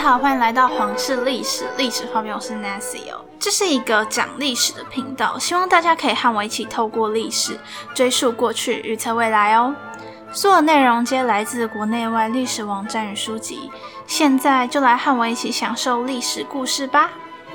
好，欢迎来到皇室历史方面，我是 Nancy 哦。这是一个讲历史的频道，希望大家可以和我一起透过历史追溯过去，预测未来哦。所有内容皆来自国内外历史网站与书籍，现在就来和我一起享受历史故事吧。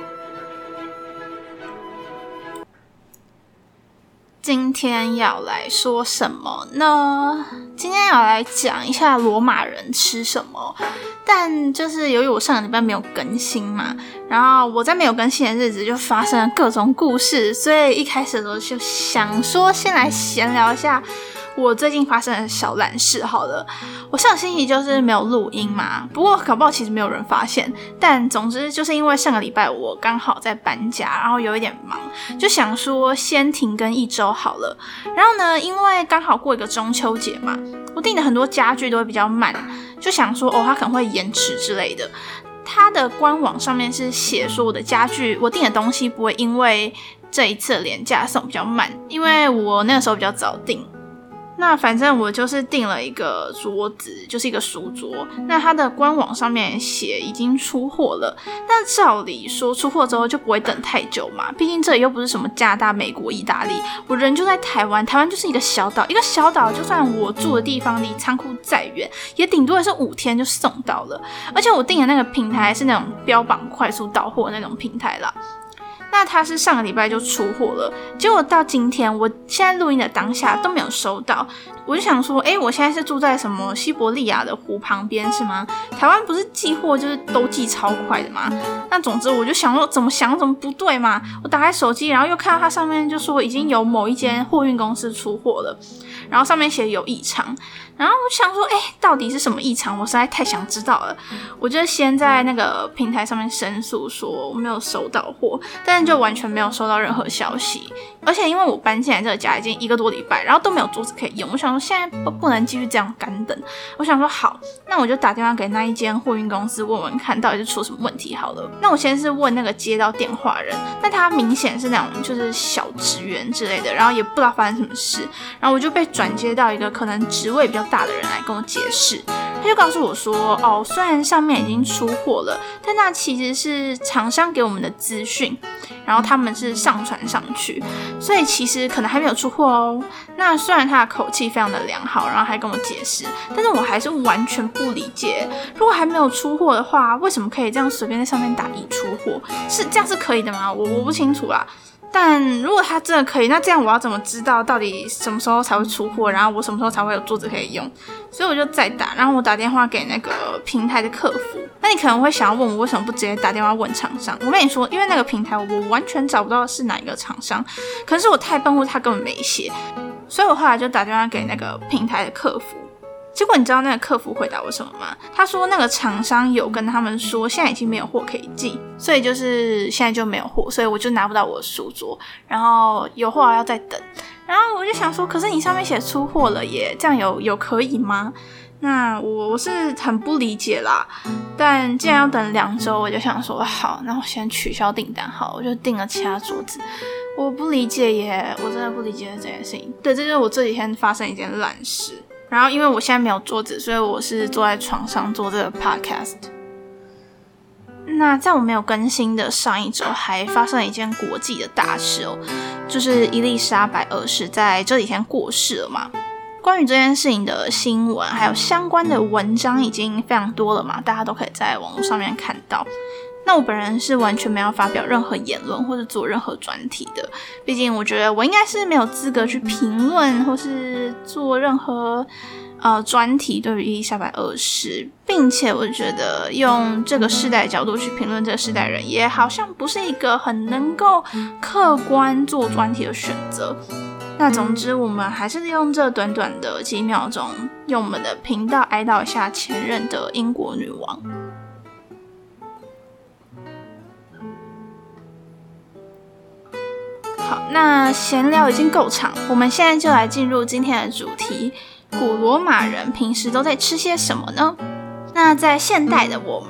今天要来说什么呢？今天要来讲一下罗马人吃什么，但就是由于我上个礼拜没有更新嘛，然后我在没有更新的日子就发生了各种故事，所以一开始的时候就想说先来闲聊一下我最近发生的小烂事好了。我上个星期就是没有录音嘛，不过搞不好其实没有人发现，但总之就是因为上个礼拜我刚好在搬家，然后有一点忙，就想说先停更1周好了。然后呢，因为刚好过一个中秋节嘛，我订的很多家具都会比较慢，就想说它可能会延迟之类的。它的官网上面是写说我的家具，我订的东西不会因为这一次的连假送比较慢，因为我那个时候比较早订。那反正我就是订了一个桌子，就是一个书桌，那它的官网上面写已经出货了，但照理说出货之后就不会等太久嘛，毕竟这里又不是什么加拿大、美国、意大利，我人就在台湾，台湾就是一个小岛，就算我住的地方离仓库再远，也顶多也是5天就送到了，而且我订的那个平台是那种标榜快速到货的那种平台啦。那它是上个礼拜就出货了，结果到今天我现在录音的当下都没有收到，我就想说我现在是住在什么西伯利亚的湖旁边是吗？台湾不是寄货就是都寄超快的吗？那总之我就想说怎么不对嘛，我打开手机，然后又看到它上面就说已经有某一间货运公司出货了，然后上面写有异常，然后我想说到底是什么异常，我实在太想知道了。我就先在那个平台上面申诉说我没有收到货，但就完全没有收到任何消息，而且因为我搬进来这个家已经1个多礼拜，然后都没有桌子可以用，我想说现在不能继续这样干等，我想说好，那我就打电话给那一间货运公司问问看到底是出什么问题好了。那我先是问那个接到电话人，但他明显是那种就是小职员之类的，然后也不知道发生什么事，然后我就被转接到一个可能职位比较大的人来跟我解释。他就告诉我说虽然上面已经出货了，但那其实是厂商给我们的资讯，然后他们是上传上去，所以其实可能还没有出货哦。那虽然他的口气非常的良好，然后还跟我解释，但是我还是完全不理解，如果还没有出货的话，为什么可以这样随便在上面打已出货？是这样是可以的吗？我不清楚啦。但如果他真的可以，那这样我要怎么知道到底什么时候才会出货，然后我什么时候才会有桌子可以用？所以我就再打，然后我打电话给那个平台的客服。那你可能会想要问我为什么不直接打电话问厂商？我跟你说，因为那个平台我完全找不到是哪一个厂商，可能是我太笨，或他根本没写，所以我后来就打电话给那个平台的客服。结果你知道那个客服回答我什么吗？他说那个厂商有跟他们说现在已经没有货可以寄，所以就是现在就没有货，所以我就拿不到我的书桌，然后有货要再等。然后我就想说，可是你上面写出货了耶，这样有可以吗？那我是很不理解啦，但既然要等2周，我就想说好，那我先取消订单好，我就订了其他桌子。我不理解耶，我真的不理解这件事情。对，这就是我这几天发生一件烂事。然后因为我现在没有桌子，所以我是坐在床上做这个 podcast。 那在我没有更新的上一周还发生了一件国际的大事就是伊丽莎白2世在这几天过世了嘛。关于这件事情的新闻还有相关的文章已经非常多了嘛，大家都可以在网络上面看到。那我本人是完全没有发表任何言论或者做任何专题的，毕竟我觉得我应该是没有资格去评论或是做任何专题对于伊丽莎白2世，并且我觉得用这个世代的角度去评论这个世代人也好像不是一个很能够客观做专题的选择。那总之我们还是用这短短的几秒钟，用我们的频道哀悼一下前任的英国女王。好，那闲聊已经够长，我们现在就来进入今天的主题。古罗马人平时都在吃些什么呢？那在现代的我们，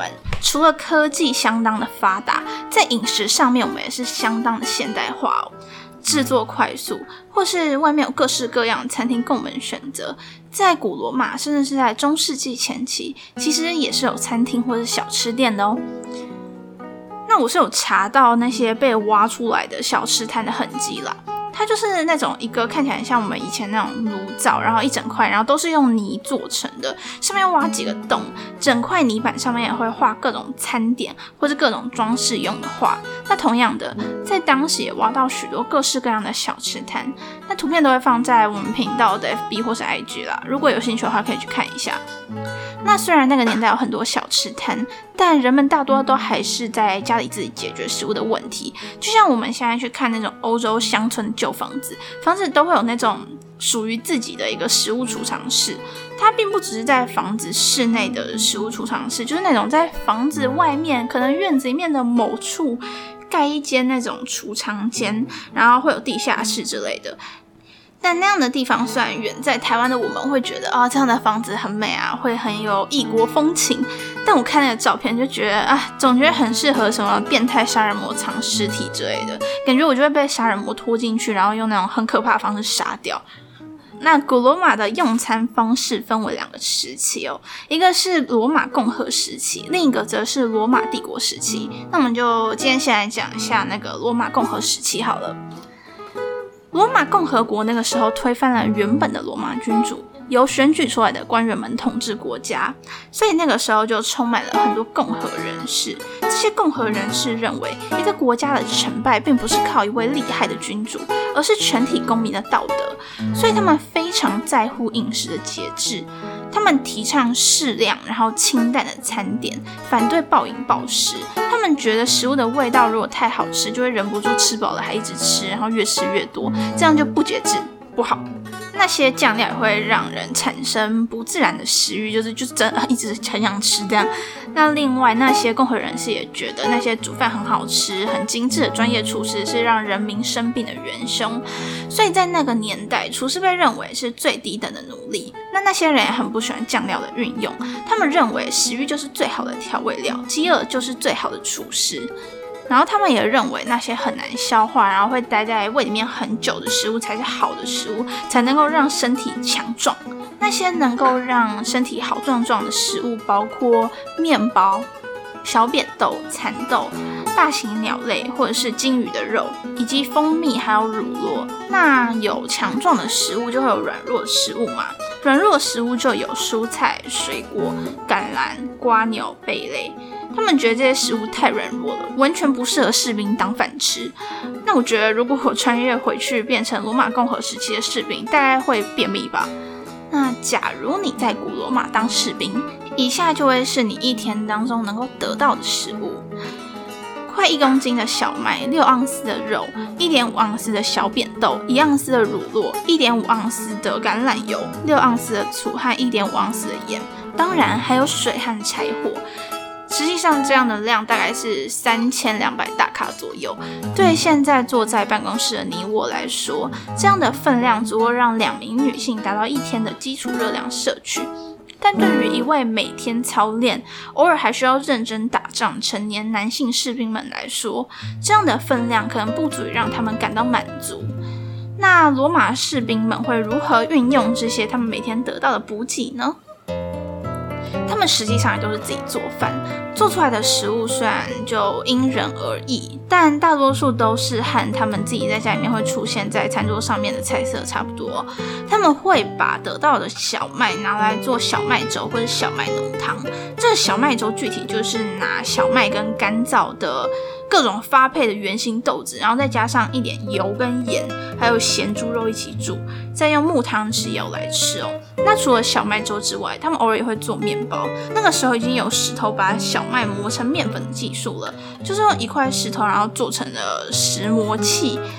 除了科技相当的发达，在饮食上面我们也是相当的现代化哦，制作快速，或是外面有各式各样的餐厅供我们选择。在古罗马甚至是在中世纪前期，其实也是有餐厅或是小吃店的哦。那我是有查到那些被挖出来的小吃摊的痕迹啦，它就是那种一个看起来像我们以前那种炉灶，然后一整块，然后都是用泥做成的，上面挖几个洞，整块泥板上面也会画各种餐点或是各种装饰用的画。那同样的，在当时也挖到许多各式各样的小吃摊，那图片都会放在我们频道的 FB 或是 IG 啦，如果有兴趣的话可以去看一下。那虽然那个年代有很多小吃摊，但人们大多都还是在家里自己解决食物的问题。就像我们现在去看那种欧洲乡村的旧房子都会有那种属于自己的一个食物储藏室，它并不只是在房子室内的食物储藏室，就是那种在房子外面可能院子里面的某处盖一间那种储藏间，然后会有地下室之类的。但那样的地方虽然远在台湾的我们会觉得这样的房子很美啊，会很有异国风情，但我看那个照片就觉得总觉得很适合什么变态杀人魔藏尸体之类的，感觉我就会被杀人魔拖进去，然后用那种很可怕的方式杀掉。那古罗马的用餐方式分为2个时期哦，一个是罗马共和时期，另一个则是罗马帝国时期。那我们就今天先来讲一下那个罗马共和时期好了。罗马共和国那个时候推翻了原本的罗马君主，由选举出来的官员们统治国家，所以那个时候就充满了很多共和人士。这些共和人士认为，一个国家的成败并不是靠一位厉害的君主，而是全体公民的道德，所以他们非常在乎饮食的节制。他们提倡适量然后清淡的餐点，反对暴饮暴食。他们觉得食物的味道如果太好吃，就会忍不住吃饱了还一直吃，然后越吃越多，这样就不节制，不好。那些酱料也会让人产生不自然的食欲，就是真的一直很想吃这样。那另外那些共和人士也觉得那些煮饭很好吃、很精致的专业厨师是让人民生病的元凶，所以在那个年代，厨师被认为是最低等的奴隶。那些人也很不喜欢酱料的运用，他们认为食欲就是最好的调味料，饥饿就是最好的厨师。然后他们也认为那些很难消化，然后会待在胃里面很久的食物才是好的食物，才能够让身体强壮。那些能够让身体好壮壮的食物包括面包、小扁豆、蚕豆、大型鸟类或者是鲸鱼的肉，以及蜂蜜还有乳酪。那有强壮的食物就会有软弱的食物嘛，软弱的食物就有蔬菜、水果、橄榄、蝸牛、贝类。他们觉得这些食物太软弱了，完全不适合士兵当饭吃。那我觉得如果我穿越回去变成罗马共和时期的士兵，大概会便秘吧。那假如你在古罗马当士兵，以下就会是你一天当中能够得到的食物：快1公斤的小麦，6盎司的肉，1.5盎司的小扁豆，1盎司的乳酪，1.5盎司的橄榄油，6盎司的醋和1.5盎司的盐，当然还有水和柴火。实际上这样的量大概是3200大卡左右，对现在坐在办公室的你我来说，这样的分量足够让2名女性达到一天的基础热量摄取。但对于一位每天操练、偶尔还需要认真打仗成年男性士兵们来说，这样的分量可能不足以让他们感到满足。那罗马士兵们会如何运用这些他们每天得到的补给呢？他们实际上也都是自己做饭，做出来的食物虽然就因人而异，但大多数都是和他们自己在家里面会出现在餐桌上面的菜色差不多。他们会把得到的小麦拿来做小麦粥或者小麦浓汤。这个小麦粥具体就是拿小麦跟干燥的各种发配的圆形豆子，然后再加上一点油跟盐，还有咸猪肉一起煮，再用木汤匙舀来吃哦。那除了小麦粥之外，他们偶尔也会做面包。那个时候已经有石头把小麦磨成面粉的技术了，就是用一块石头然后做成了石磨器。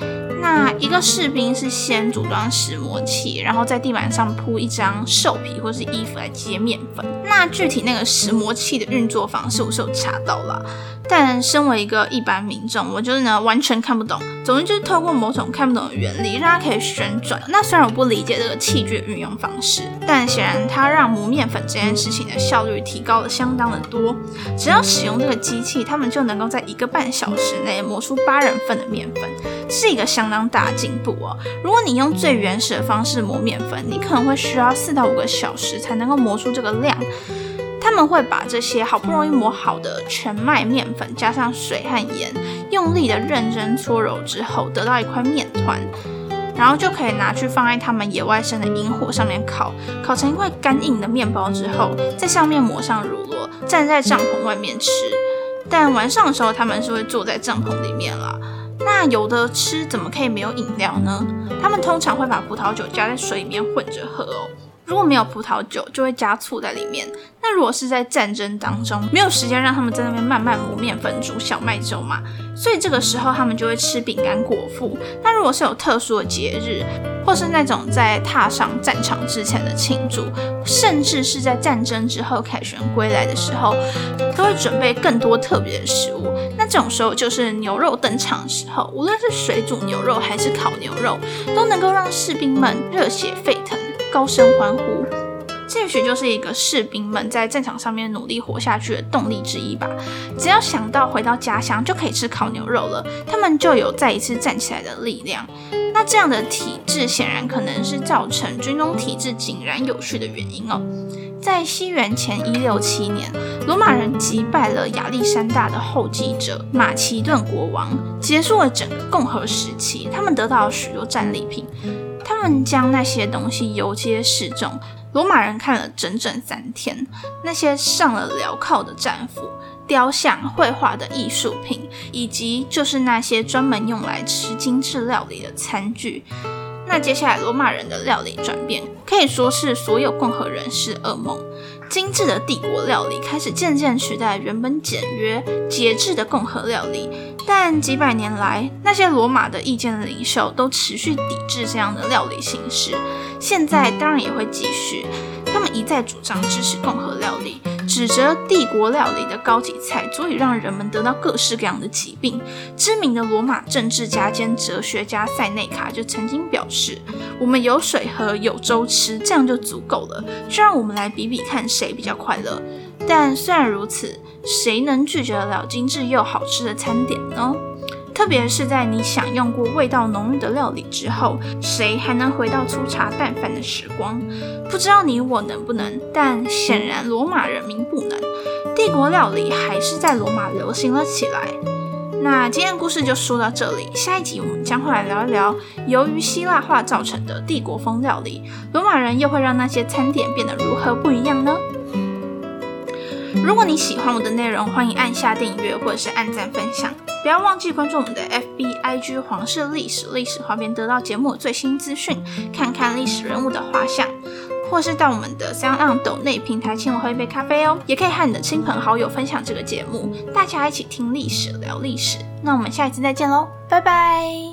那一个士兵是先组装石磨器，然后在地板上铺一张兽皮或是衣服来接面粉。那具体那个石磨器的运作方式我是有查到啦，但身为一个一般民众，我就是完全看不懂。总之就是透过某种看不懂的原理，让它可以旋转。那虽然我不理解这个器具的运用方式，但显然它让磨面粉这件事情的效率提高了相当的多。只要使用这个机器，他们就能够在1个半小时内磨出8人份的面粉，是一个相当大的进步哦。如果你用最原始的方式磨面粉，你可能会需要4到5个小时才能够磨出这个量。他们会把这些好不容易磨好的全麦面粉加上水和盐，用力的认真搓揉之后，得到一块面团，然后就可以拿去放在他们野外生的萤火上面烤成一块干硬的面包之后，在上面抹上乳酪，站在帐篷外面吃。但晚上的时候他们是会坐在帐篷里面啦。那有的吃怎么可以没有饮料呢？他们通常会把葡萄酒加在水里面混着喝哦。如果没有葡萄酒，就会加醋在里面。那如果是在战争当中，没有时间让他们在那边慢慢磨面粉煮小麦粥嘛，所以这个时候他们就会吃饼干果腹。那如果是有特殊的节日，或是那种在踏上战场之前的庆祝，甚至是在战争之后凯旋归来的时候，都会准备更多特别的食物。那这种时候就是牛肉登场的时候，无论是水煮牛肉还是烤牛肉，都能够让士兵们热血沸腾，高声欢呼。这也许就是一个士兵们在战场上面努力活下去的动力之一吧。只要想到回到家乡就可以吃烤牛肉了，他们就有再一次站起来的力量。那这样的体制显然可能是造成军中体制井然有序的原因哦。在西元前167年，罗马人击败了亚历山大的后继者马其顿国王，结束了整个共和时期。他们得到了许多战利品，他们将那些东西游街示众，罗马人看了整整3天。那些上了镣铐的战俘、雕像、绘画的艺术品，以及就是那些专门用来吃精致料理的餐具。那接下来罗马人的料理转变可以说是所有共和人士噩梦。精致的帝国料理开始渐渐取代原本简约节制的共和料理，但几百年来那些罗马的意见领袖都持续抵制这样的料理形式，现在当然也会继续。他们一再主张支持共和料理，指责帝国料理的高级菜足以让人们得到各式各样的疾病。知名的罗马政治家兼哲学家塞内卡就曾经表示，我们有水喝，有粥吃，这样就足够了，就让我们来比比看谁比较快乐。但虽然如此，谁能拒绝得了精致又好吃的餐点呢？特别是在你享用过味道浓郁的料理之后，谁还能回到粗茶淡饭的时光？不知道你我能不能，但显然罗马人民不能。帝国料理还是在罗马流行了起来。那今天的故事就说到这里，下一集我们将会来聊一聊由于希腊化造成的帝国风料理，罗马人又会让那些餐点变得如何不一样呢？如果你喜欢我的内容，欢迎按下订阅或者是按赞分享，不要忘记关注我们的 FB、IG 皇室历史画边，得到节目的最新资讯，看看历史人物的画像，或是到我们的 SoundOn 抖内平台请我喝一杯咖啡哦。也可以和你的亲朋好友分享这个节目，大家一起听历史聊历史。那我们下一次再见咯，拜拜。